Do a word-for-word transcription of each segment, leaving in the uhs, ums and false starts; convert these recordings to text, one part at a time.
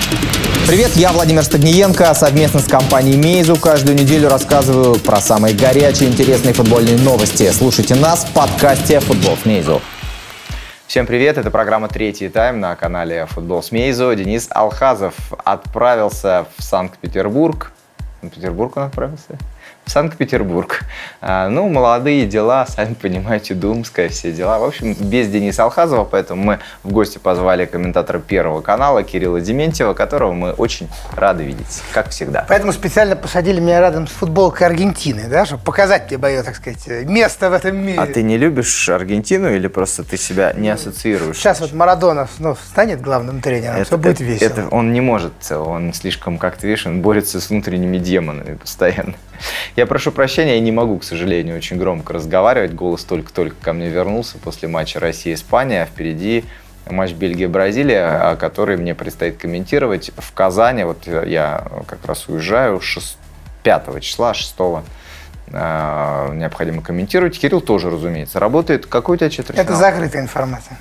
Привет, я Владимир Стагниенко. Совместно с компанией Meizu каждую неделю рассказываю про самые горячие, интересные футбольные новости. Слушайте нас в подкасте «Футбол с Meizu». Всем привет, это программа «Третий тайм» на канале «Футбол с Meizu». Денис Алхазов отправился в Санкт-Петербург. В Петербург он отправился? В Санкт-Петербург. А, ну, молодые дела, сами понимаете, думская, все дела. В общем, без Дениса Алхазова, поэтому мы в гости позвали комментатора Первого канала Кирилла Дементьева, которого мы очень рады видеть, как всегда. Поэтому специально посадили меня рядом с футболкой Аргентины, да, чтобы показать мне мое, так сказать, место в этом мире. А ты не любишь Аргентину или просто ты себя не ассоциируешь? Сейчас вот Марадона ну, станет главным тренером, это, все будет это, весело. Это он не может, он слишком, как ты видишь, он борется с внутренними демонами постоянно. Я прошу прощения, я не могу, к сожалению, очень громко разговаривать. Голос только-только ко мне вернулся после матча Россия-Испания. А впереди матч Бельгия-Бразилия, который мне предстоит комментировать в Казани. Вот я как раз уезжаю пятого числа, шестого. Необходимо комментировать. Кирилл тоже, разумеется, работает. Какой у тебя четвертьфинал? Это закрытая информация.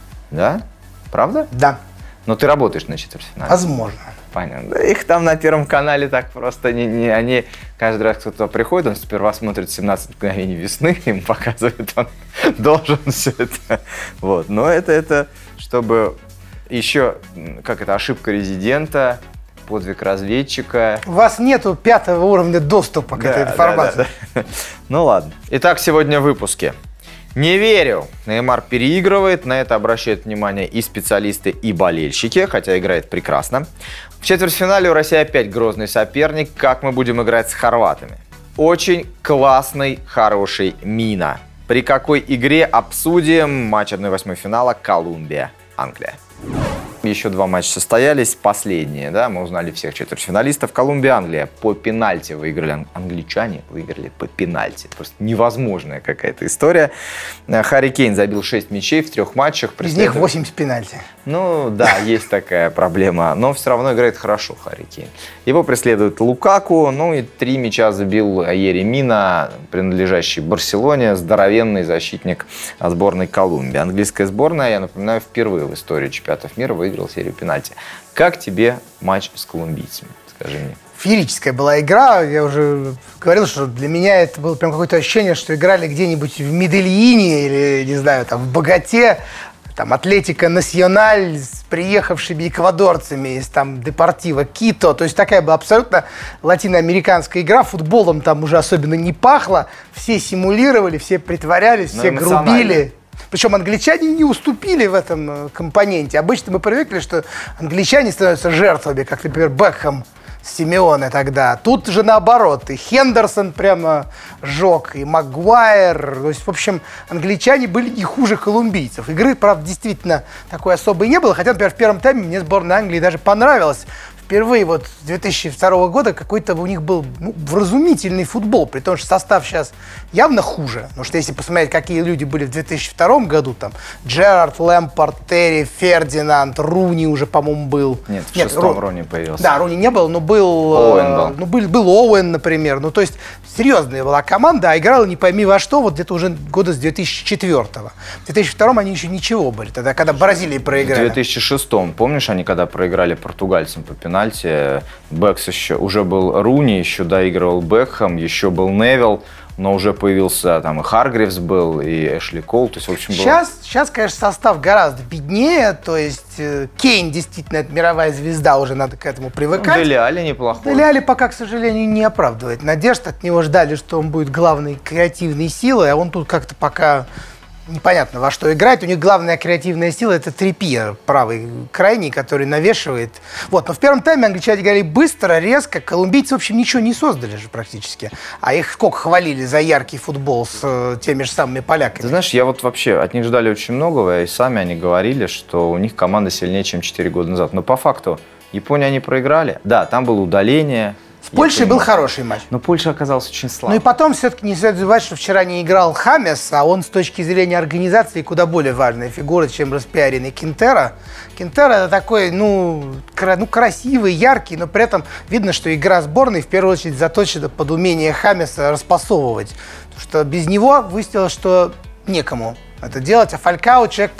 Да? Правда? Да. Но ты работаешь на четвертьфинале? Возможно. Понятно. Да их там на Первом канале так просто не, не они каждый раз кто-то приходит, он сперва смотрит семнадцать мгновений весны, им показывает, он должен все это. Вот. Но это, это чтобы еще, как это, ошибка резидента, подвиг разведчика. У вас нету пятого уровня доступа к да, этой информации. Да, да, да. Ну ладно. Итак, сегодня в выпуске. Не верю. Неймар переигрывает. На это обращают внимание и специалисты, и болельщики, хотя играет прекрасно. В четвертьфинале у России опять грозный соперник. Как мы будем играть с хорватами? Очень классный, хороший Мина. При какой игре обсудим матч одна восьмая финала Колумбия-Англия. Еще два матча состоялись, последние, да, мы узнали всех четвертьфиналистов. Колумбия-Англия по пенальти выиграли, англичане выиграли по пенальти. Просто невозможная какая-то история. Харри Кейн забил шесть мячей в трех матчах. Из них восемь с пенальти. Ну да, есть такая проблема, но все равно играет хорошо Харри Кейн. Его преследует Лукаку, ну и три мяча забил Йери Мина, принадлежащий Барселоне, здоровенный защитник сборной Колумбии. Английская сборная, я напоминаю, впервые в истории чемпионатов мира выиграл серию пенальти. Как тебе матч с колумбийцами? Скажи мне. Феерическая была игра. Я уже говорил, что для меня это было прям какое-то ощущение, что играли где-нибудь в Медельине или, не знаю, там в Боготе. Там Атлетико Насьональ с приехавшими эквадорцами из там Депортиво Кито. То есть такая была абсолютно латиноамериканская игра. Футболом там уже особенно не пахло. Все симулировали, все притворялись, все грубили. Причем англичане не уступили в этом компоненте. Обычно мы привыкли, что англичане становятся жертвами, как, например, Бекхэм с Симеоне тогда. Тут же наоборот. И Хендерсон прямо жег, и Магуайр. То есть, в общем, англичане были не хуже колумбийцев. Игры, правда, действительно такой особой не было. Хотя, например, в первом тайме мне сборная Англии даже понравилась. Впервые вот с две тысячи второго года какой-то у них был ну, вразумительный футбол, при том, что состав сейчас явно хуже. Потому что если посмотреть, какие люди были в две тысячи втором году, там Джерард, Лэмпард, Терри, Фердинанд, Руни уже, по-моему, был. Нет, в Нет, шестом Ру... Руни появился. Да, Руни не был, но был Оуэн, был. Ну, был, был Оуэн, например. Ну, то есть серьезная была команда, а играла не пойми во что, вот где-то уже года с две тысячи четвёртого. В две тысячи втором они еще ничего были, тогда, когда Бразилии проиграли. В две тысячи шестом, помнишь, они когда проиграли португальцам по пенальти? Бэкс еще, уже был Руни, еще доигрывал Бекхэм, еще был Невилл, но уже появился там и Харгривс был, и Эшли Кол. То есть, в общем, сейчас, было... сейчас, конечно, состав гораздо беднее, то есть э, Кейн действительно это мировая звезда, уже надо к этому привыкать. Ну, Дели Алли неплохой. Дели Алли пока, к сожалению, не оправдывает надежд. От него ждали, что он будет главной креативной силой, а он тут как-то пока... Непонятно, во что играть. У них главная креативная сила – это Трипьер, правый крайний, который навешивает. Вот. Но в первом тайме англичане играли быстро, резко. Колумбийцы, в общем, ничего не создали же практически. А их сколько хвалили за яркий футбол с э, теми же самыми поляками. Ты знаешь, я вот вообще от них ждали очень многого, и сами они говорили, что у них команда сильнее, чем четыре года назад. Но по факту Японию они проиграли. Да, там было удаление. С Польшей был хороший матч. Но Польша оказалась очень слабой. Ну и потом все-таки не следует забывать, что вчера не играл Хамес, а он с точки зрения организации куда более важная фигура, чем распиаренный Кинтера. Кинтера это такой, ну, кра- ну, красивый, яркий, но при этом видно, что игра сборной в первую очередь заточена под умение Хамеса распасовывать. Потому что без него выяснилось, что некому это делать, а Фалькао человек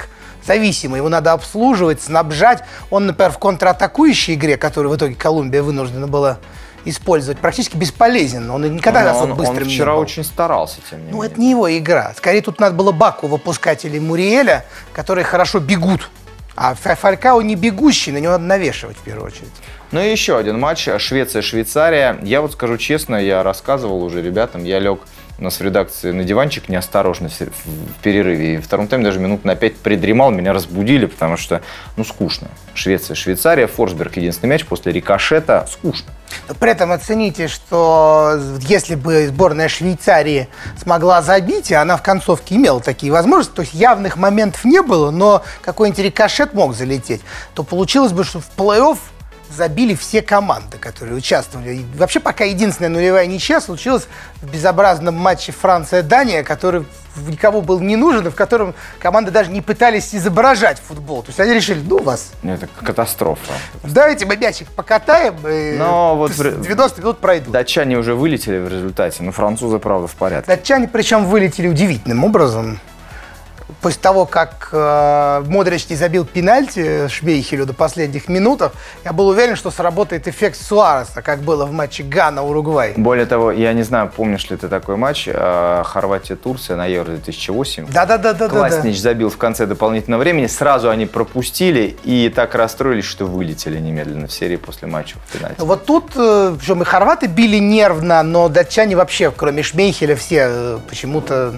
зависимый, его надо обслуживать, снабжать. Он, например, в контратакующей игре, которую в итоге Колумбия вынуждена была использовать, практически бесполезен. Он никогда Но особо он, быстрым он не вчера был. очень старался, тем не Ну, менее. это не его игра. Скорее, тут надо было Баку выпускать или Муриэля, которые хорошо бегут. А Фалькао не бегущий, на него надо навешивать в первую очередь. Ну и еще один матч. Швеция-Швейцария. Я вот скажу честно, я рассказывал уже ребятам, я лег у нас в редакции на диванчик неосторожно в перерыве. И в втором тайме даже минут на пять придремал, меня разбудили, потому что, ну, скучно. Швеция-Швейцария, Форсберг единственный мяч после рикошета. Скучно. Но при этом оцените, что если бы сборная Швейцарии смогла забить, и она в концовке имела такие возможности, то есть явных моментов не было, но какой-нибудь рикошет мог залететь, то получилось бы, что в плей-офф забили все команды, которые участвовали. И вообще пока единственная нулевая ничья случилась в безобразном матче Франция-Дания, который никому был не нужен, и в котором команды даже не пытались изображать футбол. То есть они решили, ну вас, Это катастрофа. давайте мы мячик покатаем, и Но вот девяносто минут пройдут. Датчане уже вылетели в результате, но французы, правда, в порядке. Датчане, причем, вылетели удивительным образом. После того, как э, Модрич не забил пенальти Шмейхелю до последних минутах, я был уверен, что сработает эффект Суареса, как было в матче Гана-Уругвай. Более того, я не знаю, помнишь ли ты такой матч, э, Хорватия-Турция на Евро две тысячи восемь. Да-да-да. Класнич забил в конце дополнительного времени, сразу они пропустили и так расстроились, что вылетели немедленно в серии после матча в пенальти. Вот тут, э, причем и хорваты били нервно, но датчане вообще, кроме Шмейхеля, все э, почему-то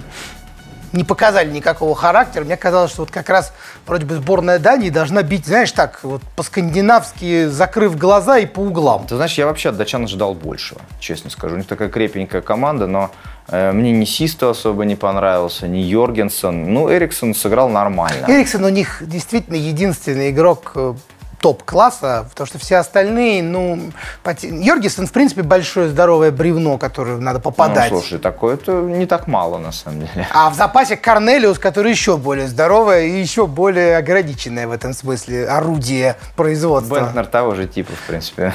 не показали никакого характера. Мне казалось, что вот как раз вроде бы сборная Дании должна бить, знаешь, так вот по-скандинавски, закрыв глаза и по углам. Ты знаешь, я вообще от датчан ожидал большего, честно скажу. У них такая крепенькая команда, но э, мне ни Систо особо не понравился, ни Йоргенсен. Ну, Эриксон сыграл нормально. Эриксон у них действительно единственный игрок э, топ-класса, потому что все остальные, ну, пот... Йоргенсен, в принципе, большое здоровое бревно, которое надо попадать. Ну, слушай, такое это не так мало, на самом деле. А в запасе Корнелиус, который еще более здоровое и еще более ограниченное в этом смысле орудие производства. Бентнер того же типа, в принципе.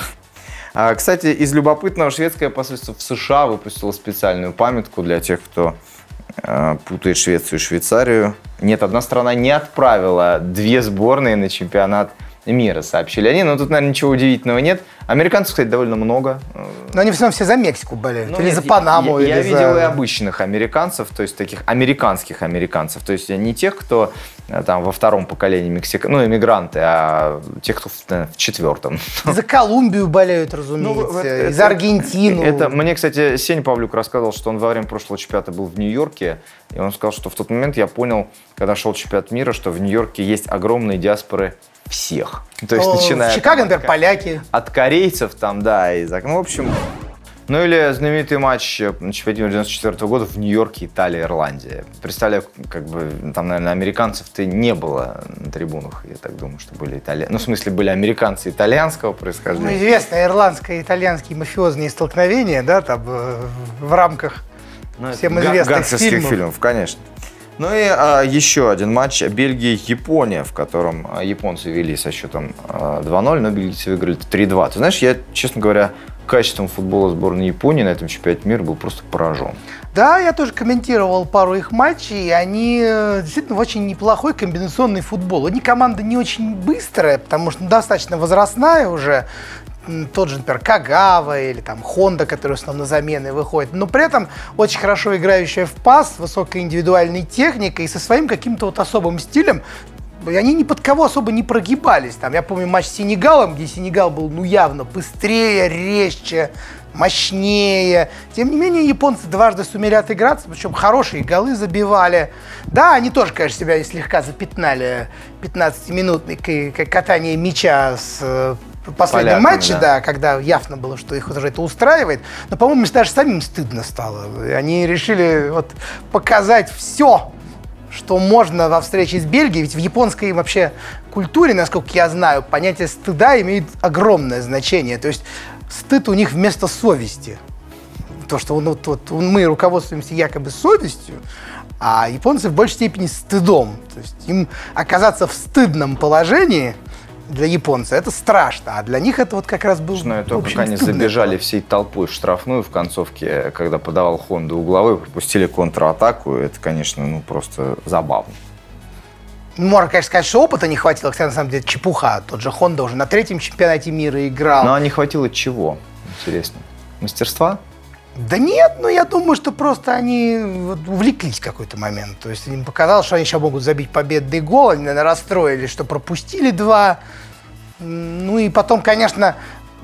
А, кстати, из любопытного, шведское посольство в США выпустило специальную памятку для тех, кто э, путает Швецию и Швейцарию. Нет, одна страна не отправила две сборные на чемпионат мира, сообщили они, но тут, наверное, ничего удивительного нет. Американцев, кстати, довольно много. Но они в основном все за Мексику болеют, Ну, или нет, за Панаму, я, или я за... видел и обычных американцев, то есть таких американских американцев, то есть не тех, кто там во втором поколении Мексика, ну, эмигранты, а тех, кто в, наверное, в четвертом. И за Колумбию болеют, разумеется, Ну, и это- за Аргентину. Это мне, кстати, Сеня Павлюк рассказывал, что он во время прошлого чемпионата был в Нью-Йорке, и он сказал, что в тот момент я понял, когда шел чемпионат мира, что в Нью-Йорке есть огромные диаспоры всех. То есть, Ну, начиная в Чикаго, там, например, поляки. от корейцев там, да, и так, ну, в общем. Ну или знаменитый матч на чемпионате мира девяносто четвёртого года в Нью-Йорке, Италия, Ирландия. Представляю, как бы там, наверное, американцев-то не было на трибунах. Я так думаю, что были итальянцы. Ну, в смысле, были американцы итальянского Ну, происхождения. известно, ирландско-итальянские мафиозные столкновения, да, там э, в рамках Ну, это всем га- известных гангстерских фильмов. фильмов, конечно. Ну и а, еще один матч Бельгия-Япония, в котором а, японцы вели со счетом а, два ноль, но бельгийцы выиграли три-два. Ты знаешь, я, честно говоря, качеством футбола сборной Японии на этом чемпионате мира был просто поражен. Да, я тоже комментировал пару их матчей, и они э, действительно очень неплохой комбинационный футбол. Они команда не очень быстрая, потому что ну, достаточно возрастная уже. М, Тот же, например, Кагава или там Хонда, который в основном на замены выходит, но при этом очень хорошо играющая в пас, с высокой индивидуальной техникой и со своим каким-то вот особым стилем. И они ни под кого особо не прогибались. Там, я помню матч с Сенегалом, где Сенегал был ну явно быстрее, резче, мощнее. Тем не менее, японцы дважды сумели отыграться, причем хорошие голы забивали. Да, они тоже, конечно, себя слегка запятнали пятнадцатиминутное к- катание мяча с э, последнем Поляками, матче, да. да, когда явно было, что их уже это устраивает. Но, по-моему, даже самим стыдно стало. И они решили вот показать все, что можно во встрече с Бельгией. Ведь в японской вообще культуре, насколько я знаю, понятие стыда имеет огромное значение. То есть стыд у них вместо совести. То, что ну, вот, вот, мы руководствуемся якобы совестью, а японцы в большей степени стыдом. То есть им оказаться в стыдном положении для японца это страшно, а для них это вот как раз был Ну, и то, очень как они стыдно. забежали всей толпой в штрафную в концовке, когда подавал Хонда угловой, пропустили контратаку, это, конечно, ну просто забавно. Можно, конечно, сказать, что опыта не хватило, хотя на самом деле чепуха. Тот же Хонда уже на третьем чемпионате мира играл. Но не хватило чего, интересно? Мастерства? Да нет, ну я думаю, что просто они вот увлеклись в какой-то момент. То есть им показалось, что они сейчас могут забить победный гол, они, наверное, расстроились, что пропустили два. Ну и потом, конечно,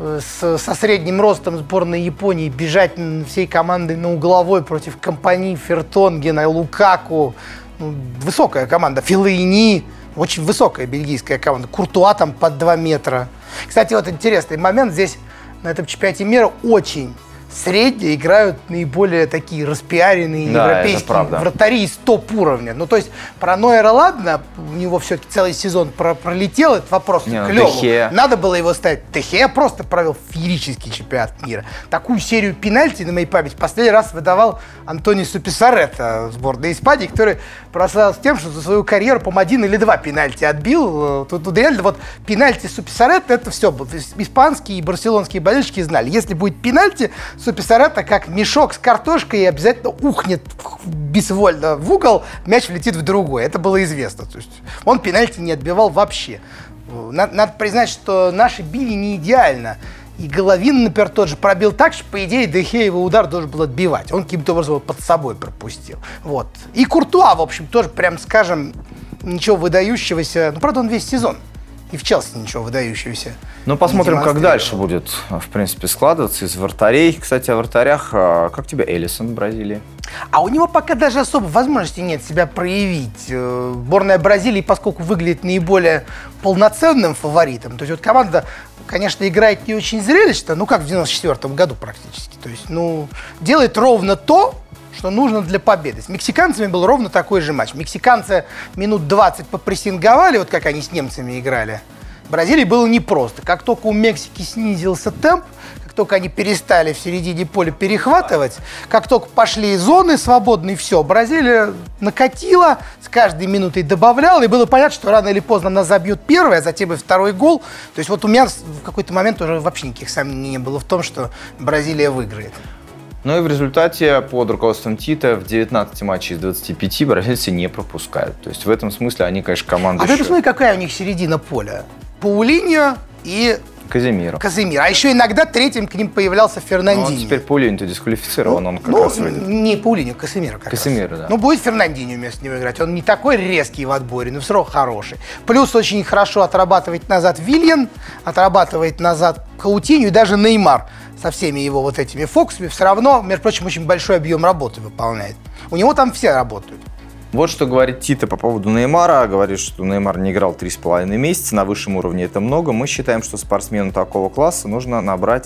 с, со средним ростом сборной Японии бежать всей командой на угловой против Компани, Фертонгена, Лукаку. Ну, высокая команда. Феллини, очень высокая бельгийская команда. Куртуа там под два метра. Кстати, вот интересный момент. Здесь на этом чемпионате мира очень средние играют наиболее такие распиаренные да, европейские вратари из топ-уровня. Ну, то есть про Нойера, ладно, у него все-таки целый сезон про пролетел, этот вопрос Не, клёвый. Дехе. Надо было его ставить. Дехе просто провел феерический чемпионат мира. Такую серию пенальти, на моей памяти, последний раз выдавал Антонио Суписаретто, сборной Испании, который прославился тем, что за свою карьеру, по-моему, один или два пенальти отбил. Тут, тут реально вот пенальти Суписаретто, это все. Испанские и барселонские болельщики знали, если будет пенальти, Суписаретто как мешок с картошкой и обязательно ухнет безвольно в угол, мяч влетит в другой. Это было известно. То есть он пенальти не отбивал вообще. Надо, надо признать, что наши били не идеально. И Головин, например, тот же пробил так, что, по идее, Дехе его удар должен был отбивать. Он каким-то образом его под собой пропустил. Вот. И Куртуа, в общем, тоже, прям скажем, ничего выдающегося. Ну, правда, он весь сезон. И в Челси ничего выдающегося. Ну, посмотрим, как дальше будет, в принципе, складываться из вратарей. Кстати, о вратарях. Как тебе Элисон в Бразилии? А у него пока даже особо возможности нет себя проявить. Сборная Бразилии, поскольку выглядит наиболее полноценным фаворитом, то есть вот команда, конечно, играет не очень зрелищно, ну, как в девяносто четвёртом году практически. То есть, ну, делает ровно то, что нужно для победы. С мексиканцами был ровно такой же матч. Мексиканцы минут двадцать попрессинговали, вот как они с немцами играли. Бразилии было непросто. Как только у Мексики снизился темп, как только они перестали в середине поля перехватывать, как только пошли зоны свободные, все, Бразилия накатила, с каждой минутой добавляла, и было понятно, что рано или поздно она забьет первый, а затем и второй гол. То есть вот у меня в какой-то момент уже вообще никаких сомнений не было в том, что Бразилия выиграет. Ну и в результате под руководством Тита в девятнадцати матчах из двадцати пяти бразильцы не пропускают. То есть в этом смысле они, конечно, команда... А ты посмотри, какая у них середина поля. Паулиньо и... Казимиро. Казимиро. А еще иногда третьим к ним появлялся Фернандиньо. Ну, теперь Паулиньо-то дисквалифицирован, он как ну, раз выйдет. Не Паулиньо, Касимиро как Касимиро, раз. да. Ну, будет Фернандиньо вместо него играть. Он не такой резкий в отборе, но все равно хороший. Плюс очень хорошо отрабатывает назад Вильян, отрабатывает назад Каутиньо и даже Неймар со всеми его вот этими фокусами. Все равно, между прочим, очень большой объем работы выполняет. У него там все работают. Вот что говорит Тита по поводу Неймара. Говорит, что Неймар не играл три с половиной месяца. На высшем уровне это много. Мы считаем, что спортсмену такого класса нужно набрать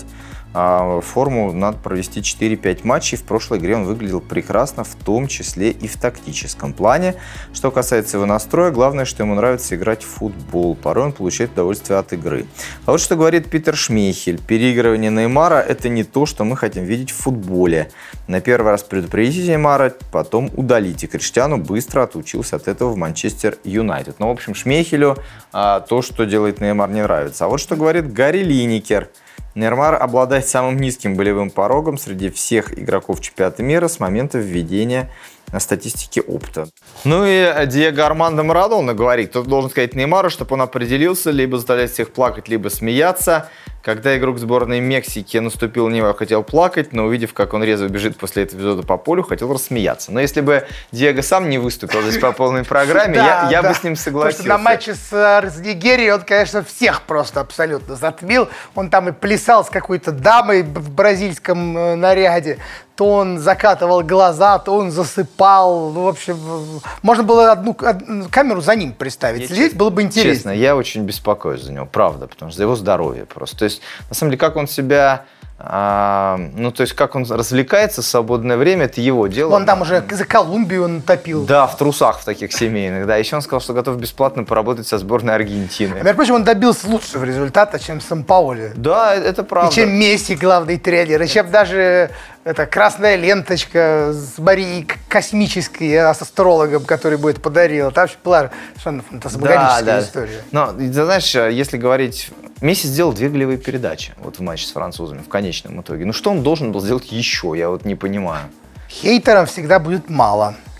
а, форму, надо провести четыре-пять матчей. В прошлой игре он выглядел прекрасно, в том числе и в тактическом плане. Что касается его настроя, главное, что ему нравится играть в футбол. Порой он получает удовольствие от игры. А вот что говорит Питер Шмейхель. Переигрывание Неймара – это не то, что мы хотим видеть в футболе. На первый раз предупредите Неймара, потом удалите. Криштиану быстро отучился от этого в Манчестер Юнайтед. Но, в общем, Шмейхелю а, то, что делает Неймар, не нравится. А вот что говорит Гарри Линекер. Неймар обладает самым низким болевым порогом среди всех игроков чемпионата мира с момента введения статистики опыта. Ну и Диего Армандо Марадона говорит, кто должен сказать Неймару, чтобы он определился, либо заставлять всех плакать, либо смеяться. Когда игрок сборной Мексики наступил на него, хотел плакать, но увидев, как он резво бежит после этого эпизода по полю, хотел рассмеяться. Но если бы Диего сам не выступил здесь по полной программе, я, я бы с ним согласился. Потому что на матче с, с Нигерией он, конечно, всех просто абсолютно затмил. Он там и плясал с какой-то дамой в бразильском наряде. То он закатывал глаза, то он засыпал. Ну, в общем, можно было одну, одну камеру за ним приставить. Я Следить честно, было бы интересно. Честно, я очень беспокоюсь за него, правда, потому что за его здоровье просто. То есть, на самом деле, как он себя... А, ну, то есть, как он развлекается в свободное время, это его дело. Он там уже за Колумбию он топил. Да, в трусах в таких семейных, да. Еще он сказал, что готов бесплатно поработать со сборной Аргентины. А, между прочим, он добился лучшего результата, чем Сампаоли. Да, это правда. И чем Месси, главный тренер, и чем даже эта красная ленточка с Марией Космической, а с астрологом, который будет подарил. Там вообще была совершенно фантасмагорическая да, да. история. Но, ты знаешь, если говорить... Месси сделал две голевые передачи вот в матче с французами в конечном итоге. Ну что он должен был сделать еще, я вот не понимаю. Хейтерам всегда будет мало.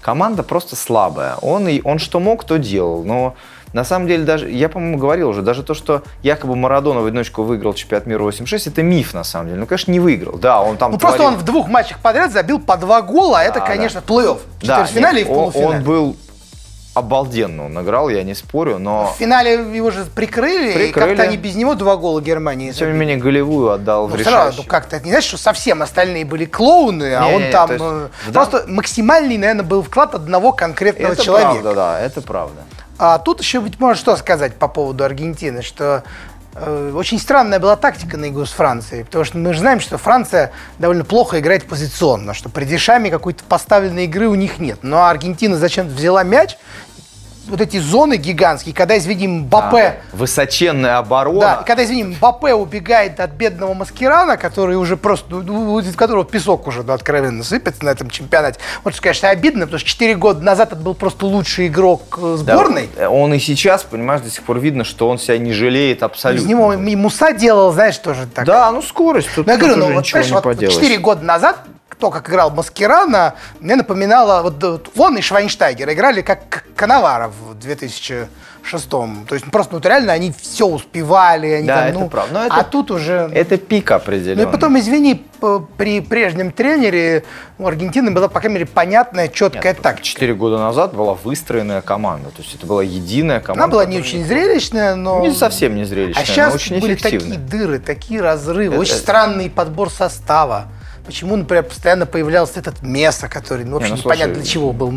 команда просто слабая. Он, и, он что мог, то делал. Но на самом деле, даже я, по-моему, говорил уже, даже то, что якобы Марадона в одиночку выиграл чемпионат мира восемьдесят шесть, это миф, на самом деле. Ну, конечно, не выиграл. Да, он там Ну, творил... просто он в двух матчах подряд забил по два гола, а это, да, конечно, да. плей-офф. В четвертьфинале да, и в полуфинале. Он, он был обалденно, он играл, я не спорю, но... В финале его же прикрыли, Прикрыли. и как-то они без него два гола Германии Тем не менее, голевую отдал ну, в сразу, решающий. ну, как-то, это не значит, что совсем остальные были клоуны, а Не, он не, там... то есть, э, в просто максимальный, наверное, был вклад одного конкретного Это человека. правда, да, это правда. А тут еще, быть может, что сказать по поводу Аргентины, что э, очень странная была тактика на игру с Францией, потому что мы же знаем, что Франция довольно плохо играет позиционно, что при Дешаме какой-то поставленной игры у них нет. Но Аргентина зачем-то взяла мяч, вот эти зоны гигантские, когда, извини, Мбаппе... А, высоченная оборона. Да, и когда, извини, Мбаппе убегает от бедного Маскерана, который уже просто, ну, из которого песок уже, ну, откровенно сыпется на этом чемпионате. Вот, что, конечно, обидно, потому что четыре года назад это был просто лучший игрок сборной. Да, он и сейчас, понимаешь, до сих пор видно, что он себя не жалеет абсолютно. Из него и Муса делал, знаешь, тоже так. Да, ну скорость, тут, Но я тут говорю, уже ну вот, ничего знаешь, не вот поделаешь. четыре года назад то, как играл Маскерана, мне напоминало, вот, вот он и Швайнштайгер играли как Коноваров в две тысячи шестом. То есть просто, ну, вот реально они все успевали. Они Да, там, это ну, правда. Но это, а тут уже... Это пик определенный. Ну и потом, извини, при прежнем тренере у Аргентины была, по крайней мере, понятная, четкая Нет, тактика. Четыре года назад была выстроенная команда. То есть это была единая команда. Она была не которая очень зрелищная, но... Не совсем не зрелищная, А сейчас но очень были эффективная. такие дыры, такие разрывы, Это- очень странный подбор состава. Почему, например, постоянно появлялся этот Меса, который, ну, вообще Не, ну, непонятно слушай, для чего был.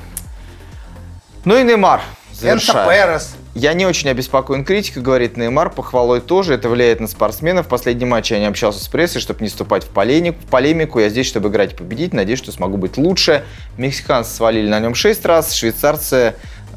Ну и Неймар. Энсо Завершая. Перес. Я не очень обеспокоен критикой, говорит Неймар, похвалой тоже. Это влияет на спортсменов. В последнем матче я не общался с прессой, чтобы не вступать в полемику. В полемику. Я здесь, чтобы играть и победить. Надеюсь, что смогу быть лучше. Мексиканцы свалили на нем шесть раз, швейцарцы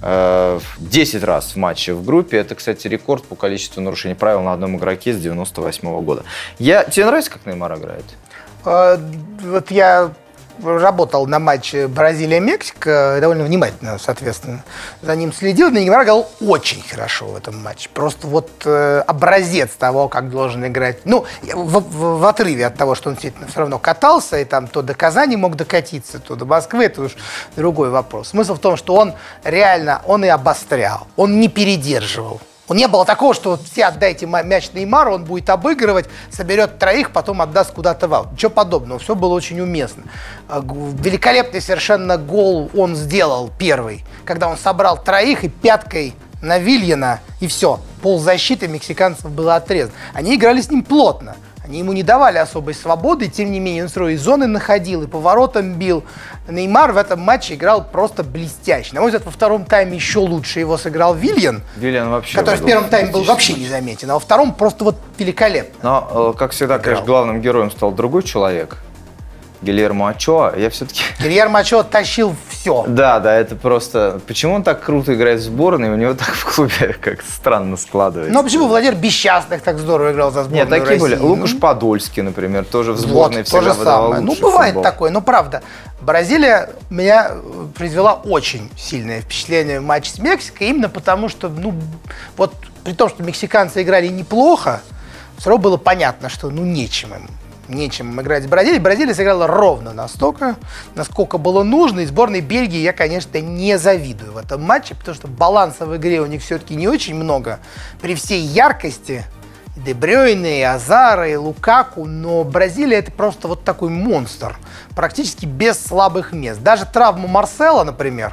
э, десять раз в матче в группе. Это, кстати, рекорд по количеству нарушений правил на одном игроке с девяносто восьмого года. Я... Тебе нравится, как Неймар играет? Э, Вот я работал на матче Бразилия-Мексика, довольно внимательно, соответственно, за ним следил. Неймар играл очень хорошо в этом матче. Просто вот э, образец того, как должен играть. Ну, в, в- в отрыве от того, что он действительно все равно катался, и там то до Казани мог докатиться, то до Москвы, это уж другой вопрос. Смысл в том, что он реально, он и обострял, он не передерживал. Не было такого, что вот все отдайте мяч Неймару, он будет обыгрывать, соберет троих, потом отдаст куда-то в аут. Ничего подобного, все было очень уместно. А, г- Великолепный совершенно гол он сделал первый, когда он собрал троих и пяткой на Вильяна, и все. Ползащиты мексиканцев было отрезано. Они играли с ним плотно. Они ему не давали особой свободы, и тем не менее он строил и зоны находил, и поворотом бил. Неймар в этом матче играл просто блестяще. На мой взгляд, во втором тайме еще лучше его сыграл Вильян, Виллиан вообще... который в был первом тайме был фантастический. вообще незаметен, а во втором просто вот великолепно. Но, э, как всегда, конечно, Играл. главным героем стал другой человек. Гильермо Очоа. Я все-таки... Гильермо Очоа тащил все. Да, да, это просто... Почему он так круто играет в сборной, у него так в клубе как странно складывается. Но почему Владимир Бесчастных так здорово играл за сборную Нет, такие были. России? Лукаш Ну, Подольский, например, тоже в сборной вот, всегда то же выдавал самое. Ну, лучший бывает футбол. такое, но правда. Бразилия меня э, произвела очень сильное впечатление в матче с Мексикой, именно потому что, ну, вот при том, что мексиканцы играли неплохо, все равно было понятно, что, ну, нечем им. Нечем им играть с Бразилией. Бразилия сыграла ровно настолько, насколько было нужно. И сборной Бельгии я, конечно, не завидую в этом матче, потому что баланса в игре у них все-таки не очень много. При всей яркости и Де Брёйне, и Азара, и Лукаку, но Бразилия — это просто вот такой монстр, практически без слабых мест. Даже травма Марсела, например,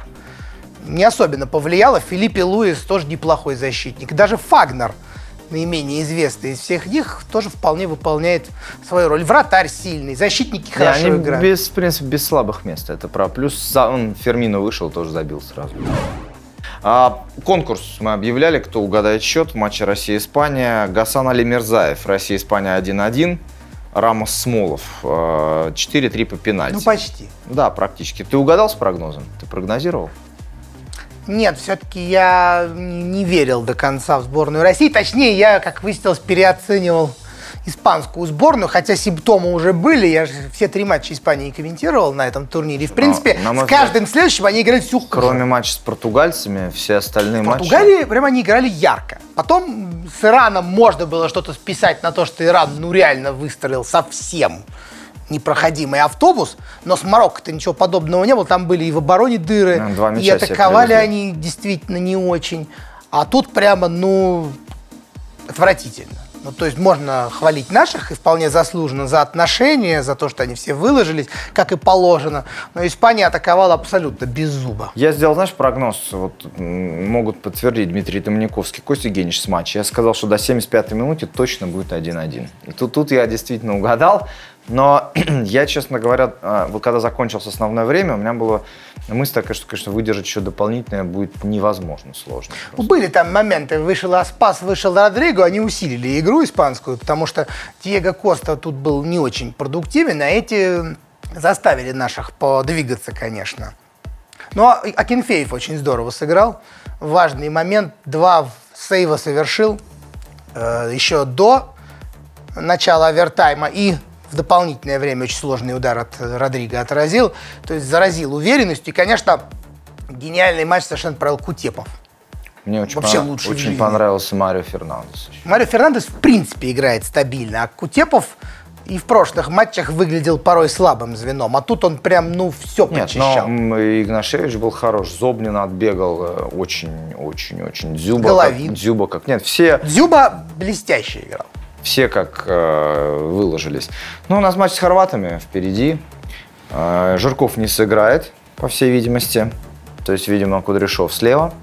не особенно повлияла. Филиппе Луис тоже неплохой защитник. Даже Фагнер, наименее известный из всех них, тоже вполне выполняет свою роль. Вратарь сильный, защитники Да, хорошо они играют. без, в принципе, без слабых мест, это про. Плюс за- он Фермино вышел, тоже забил сразу. А, конкурс мы объявляли, кто угадает счет в матче Россия-Испания. Гасан Али Мирзаев, Россия-Испания один один. Рамос Смолов э, четыре три по пенальти. Ну, почти. Да, практически. Ты угадал с прогнозом? Ты прогнозировал? Нет, все-таки я не не верил до конца в сборную России. Точнее, я, как выяснилось, переоценивал испанскую сборную, хотя симптомы уже были. Я же все три матча Испании комментировал на этом турнире. И, в принципе, на мой с каждым следующим они играли всю хуже. Кроме матча с португальцами, все остальные В матчи... Португалии прямо они играли ярко. Потом с Ираном можно было что-то списать на то, что Иран ну реально выстрелил совсем непроходимый автобус, но с Марокко-то ничего подобного не было. Там были и в обороне дыры, Два и атаковали они действительно не очень. А тут прямо, ну, отвратительно. Ну, то есть можно хвалить наших, и вполне заслуженно, за отношения, за то, что они все выложились, как и положено. Но Испания атаковала абсолютно без зуба. Я сделал, знаешь, прогноз, вот, могут подтвердить Дмитрий Домниковский, Костя Генич с матча. Я сказал, что до семьдесят пятой минуты точно будет один-один. И тут, тут я действительно угадал. Но я, честно говоря, вот когда закончилось основное время, у меня была мысль такая, что, конечно, выдержать еще дополнительное будет невозможно, сложно. Просто. Были там моменты, вышел Аспас, вышел Родриго, они усилили игру испанскую, потому что Диего Коста тут был не очень продуктивен, а эти заставили наших подвигаться, конечно. Но Акинфеев очень здорово сыграл. Важный момент, два сейва совершил э, еще до начала овертайма и в дополнительное время очень сложный удар от Родриго отразил, то есть заразил уверенностью. И, конечно, гениальный матч совершенно провел Кутепов. Мне очень, Вообще пон... лучше очень понравился Марио Фернандес. Марио Фернандес в принципе играет стабильно, а Кутепов и в прошлых матчах выглядел порой слабым звеном, а тут он прям, ну, все подчищал. Нет, но Игнашевич был хорош, Зобнин отбегал очень-очень-очень. Дзюба Головин. Как, Дзюба как... Нет, все... Дзюба блестяще играл. Все как э, выложились. Ну, у нас матч с хорватами впереди. Э, Жирков не сыграет, по всей видимости. То есть, видимо, Кудряшов слева.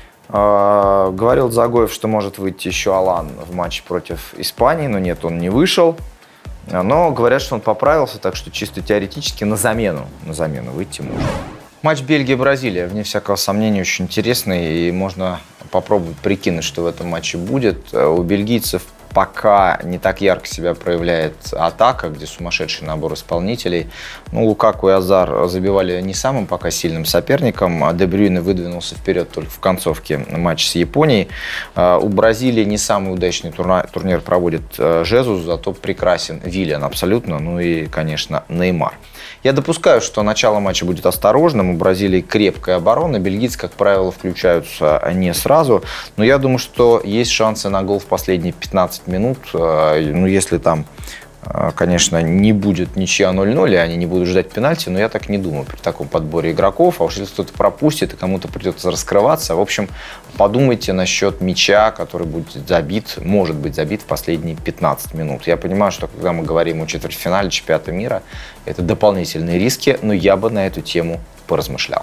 Э, говорил Загоев, что может выйти еще Алан в матче против Испании, но нет, он не вышел. Но говорят, что он поправился, так что чисто теоретически на замену, на замену выйти можно. Матч Бельгия-Бразилия, вне всякого сомнения, очень интересный. И можно попробовать прикинуть, что в этом матче будет. У бельгийцев пока не так ярко себя проявляет атака, где сумасшедший набор исполнителей. Ну, Лукаку и Азар забивали не самым пока сильным соперником, а Де Брюйне выдвинулся вперед только в концовке матча с Японией. У Бразилии не самый удачный турнир проводит Жезус, зато прекрасен Виллиан абсолютно, ну и, конечно, Неймар. Я допускаю, что начало матча будет осторожным, у Бразилии крепкая оборона, бельгийцы, как правило, включаются не сразу, но я думаю, что есть шансы на гол в последние пятнадцать минут, ну, если там, конечно, не будет ничья ноль-ноль, и они не будут ждать пенальти, но я так не думаю при таком подборе игроков, а уж если кто-то пропустит и кому-то придется раскрываться, в общем, подумайте насчет мяча, который будет забит, может быть забит в последние пятнадцать минут. Я понимаю, что когда мы говорим о четвертьфинале чемпионата мира, это дополнительные риски, но я бы на эту тему поразмышлял.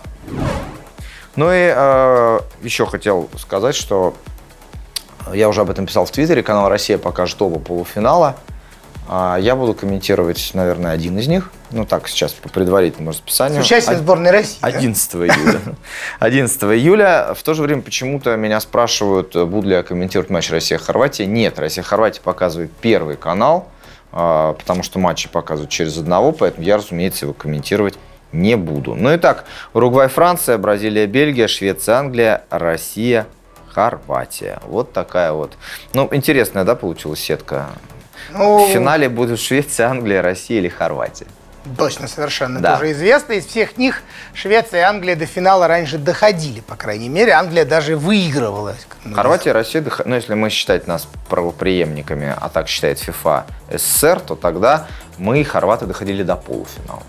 Ну и э, еще хотел сказать, что я уже об этом писал в Твиттере, канал «Россия» покажет оба полуфинала. Я буду комментировать, наверное, один из них. Ну так, сейчас по предварительному расписанию. С участием сборной России. одиннадцатого июля. одиннадцатого июля. В то же время почему-то меня спрашивают, буду ли я комментировать матч Россия-Хорватия. Нет, Россия-Хорватия показывает Первый канал, потому что матчи показывают через одного, поэтому я, разумеется, его комментировать не буду. Ну и так, Уругвай-Франция, Бразилия-Бельгия, Швеция-Англия, Россия-Хорватия. Вот такая вот. Ну, интересная, да, получилась сетка? Ну, в финале будут Швеция, Англия, Россия или Хорватия. Точно, совершенно. Да. Тоже известно. Из всех них Швеция и Англия до финала раньше доходили, по крайней мере. Англия даже выигрывала. Хорватия и Россия, ну, если мы считать нас правопреемниками, а так считает ФИФА, СССР, то тогда мы, хорваты, доходили до полуфинала.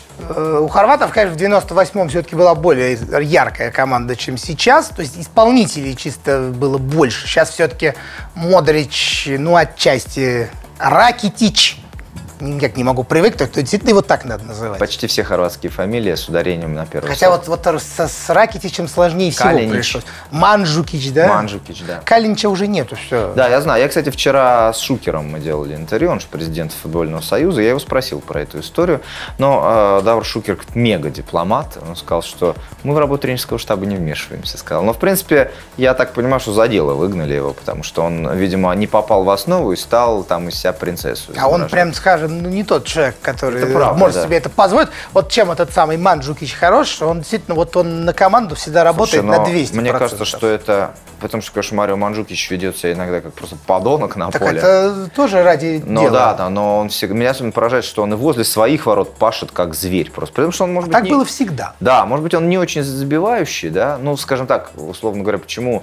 У хорватов, конечно, в девяносто восьмом все-таки была более яркая команда, чем сейчас. То есть исполнителей чисто было больше. Сейчас все-таки Модрич, ну, отчасти Ракитич. Никак не могу привыкнуть, то действительно его так надо называть. Все все хорватские фамилии с ударением на первый Хотя вот, вот со, с Ракитичем сложнее всего Калинич. пришлось. Манджукич, да? Манджукич, да. Калинича уже нету, все. Да, я знаю. Я, кстати, вчера с Шукером мы делали интервью, он же президент футбольного союза, я его спросил про эту историю. Но э, Давр Шукер мега-дипломат, он сказал, что мы в работу тренерского штаба не вмешиваемся, сказал. Но, в принципе, я так понимаю, что за дело выгнали его, потому что он, видимо, не попал в основу и стал там из себя принцессу. А он, прям скажем, ну, не тот человек, который это правда, может да. себе это позволить. Вот чем этот самый Манджукич хорош, что он действительно, вот он на команду всегда работает. Слушай, на двести процентов. Мне кажется, что это, потому что, конечно, Марио Манджукич ведет себя иногда как просто подонок на так поле. это тоже ради но дела. Да, да, но он всегда, меня особенно поражает, что он и возле своих ворот пашет как зверь просто. Потому что он, может быть, так не... было всегда. Да, может быть, он не очень забивающий, да, ну, скажем так, условно говоря, почему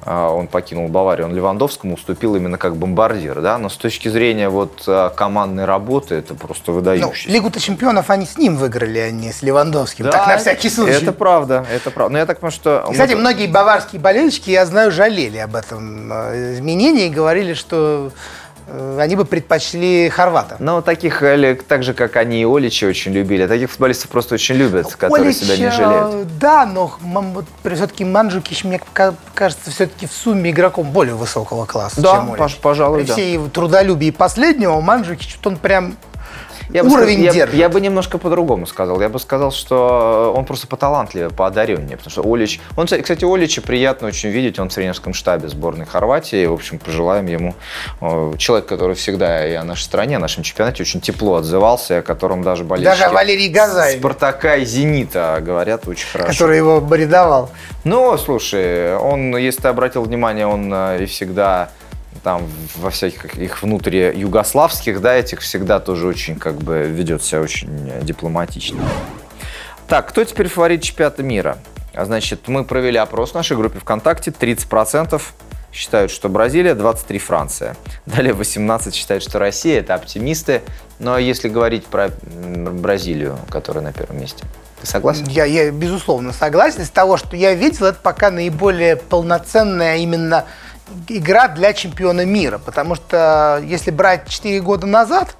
он покинул Баварию, он Левандовскому уступил именно как бомбардир, да, но с точки зрения вот командной работы это просто выдающееся. Ну, Лигу-то чемпионов они с ним выиграли, а не с Левандовским, да, так на всякий случай. Это правда, это правда. Но я так понимаю, что... И, кстати, многие баварские болельщики, я знаю, жалели об этом изменении и говорили, что они бы предпочли хорвата. Ну, таких, так же, как они и Олича очень любили, таких футболистов просто очень любят, которые Олич, себя не жалеют. Да, но все-таки Манджукич, мне кажется, все-таки в сумме игроком более высокого класса, да, чем Олич. Пожалуй, При да. всей его трудолюбии последнего, Манджукич, он прям... Я уровень бы, держит. Я, я бы немножко по-другому сказал. Я бы сказал, что он просто поталантливее, поодареннее. Потому что Олич... Он, кстати, Олича приятно очень видеть. Он в тренерском штабе сборной Хорватии. В общем, пожелаем ему... Человек, который всегда и о нашей стране, о нашем чемпионате очень тепло отзывался, о котором даже болельщики... Даже Валерий Газаев. Спартака и Зенита говорят очень хорошо. Который его бредовал. Ну, слушай, он, если ты обратил внимание, он и всегда... там во всяких их внутри-югославских, да, этих всегда тоже очень, как бы, ведет себя очень дипломатично. Так, кто теперь фаворит чемпионата мира? Значит, мы провели опрос в нашей группе ВКонтакте. тридцать процентов считают, что Бразилия, двадцать три процента Франция. Далее восемнадцать процентов считают, что Россия, это оптимисты. Но если говорить про Бразилию, которая на первом месте, ты согласен? Я, я, безусловно, согласен. Из того, что я видел, это пока наиболее полноценная именно игра для чемпиона мира, потому что если брать четыре года назад,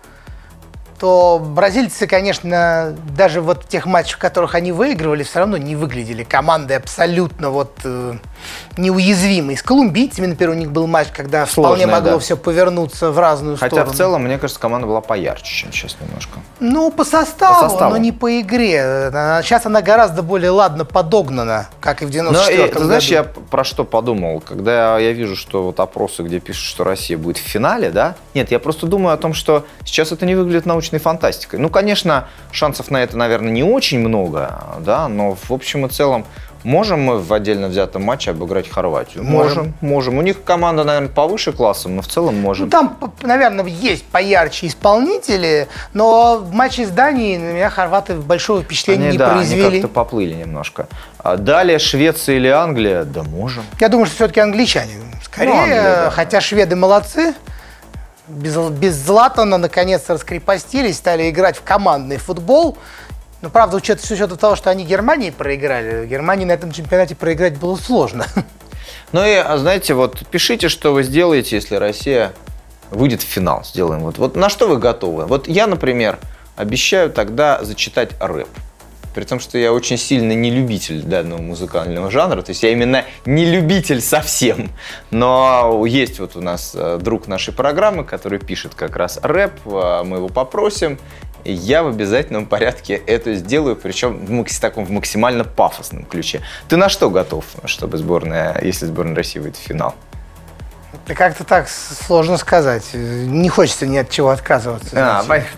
то бразильцы, конечно, даже вот в тех матчах, в которых они выигрывали, все равно не выглядели командой абсолютно вот э, неуязвимой. С колумбийцами, например, у них был матч, когда сложная, вполне могло да. все повернуться в разную Хотя сторону. в целом, мне кажется, команда была поярче, чем сейчас немножко. Ну, по составу, по составу, но не по игре. Сейчас она гораздо более ладно подогнана, как и в девяносто четвёртом году. Знаешь, я про что подумал? Когда я вижу, что вот опросы, где пишут, что Россия будет в финале, да? Нет, я просто думаю о том, что сейчас это не выглядит научной фантастикой. Ну, конечно, шансов на это, наверное, не очень много, да, но в общем и целом можем мы в отдельно взятом матче обыграть Хорватию? Можем. Можем. Можем. У них команда, наверное, повыше классом, но в целом можем. Ну, там, наверное, есть поярче исполнители, но в матче с Данией на меня хорваты большого впечатления они, не да, произвели. Они как-то поплыли немножко. А далее Швеция или Англия? Да можем. Я думаю, что все-таки англичане. Скорее, ну, Англия, да. Хотя шведы молодцы. Без, без Златана наконец-то раскрепостились, стали играть в командный футбол. Но, правда, учет, с учетом того, что они Германии проиграли, Германии на этом чемпионате проиграть было сложно. Ну и, знаете, вот пишите, что вы сделаете, если Россия выйдет в финал. Сделаем. Вот, вот на что вы готовы? Вот я, например, обещаю тогда зачитать рэп. При том, что я очень сильно не любитель данного музыкального жанра, то есть я именно не любитель совсем. Но есть вот у нас друг нашей программы, который пишет как раз рэп, мы его попросим, и я в обязательном порядке это сделаю, причем в таком в максимально пафосном ключе. Ты на что готов, чтобы сборная, если сборная России выйдет в финал? Да как-то так сложно сказать. Не хочется ни от чего отказываться. А, понятно.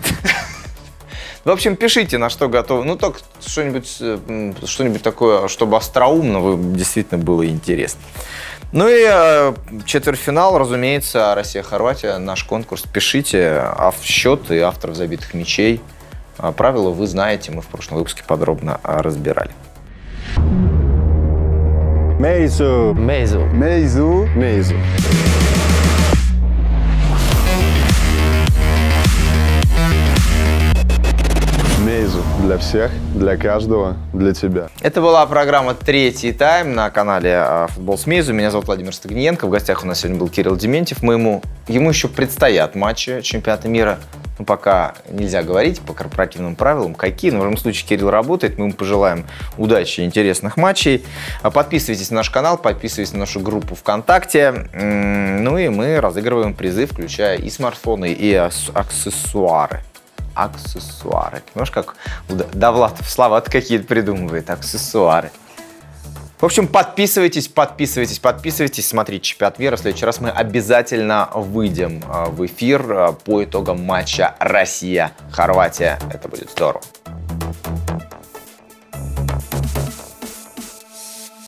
В общем, пишите, на что готовы. Ну, только что-нибудь, что-нибудь такое, чтобы остроумно вы, действительно было интересно. Ну и э, четвертьфинал, разумеется, Россия-Хорватия, наш конкурс. Пишите счет и авторов забитых мячей. Правила вы знаете, мы в прошлом выпуске подробно разбирали. Мейзу. Мейзу. Мейзу. Мейзу. Мейзу. Для всех, для каждого, для тебя. Это была программа «Третий тайм» на канале «Футбол с Мейзу». Меня зовут Владимир Стагниенко. В гостях у нас сегодня был Кирилл Дементьев. Мы ему, ему еще предстоят матчи чемпионата мира. Ну, пока нельзя говорить по корпоративным правилам, какие. Но в любом случае Кирилл работает. Мы ему пожелаем удачи и интересных матчей. Подписывайтесь на наш канал, подписывайтесь на нашу группу ВКонтакте. Ну и мы разыгрываем призы, включая и смартфоны, и аксессуары. Аксессуары. Знаешь, как Довлатов слова-то какие-то придумывает. Аксессуары. В общем, подписывайтесь, подписывайтесь, подписывайтесь. Смотрите чемпионат мира. В следующий раз мы обязательно выйдем в эфир по итогам матча Россия-Хорватия. Это будет здорово.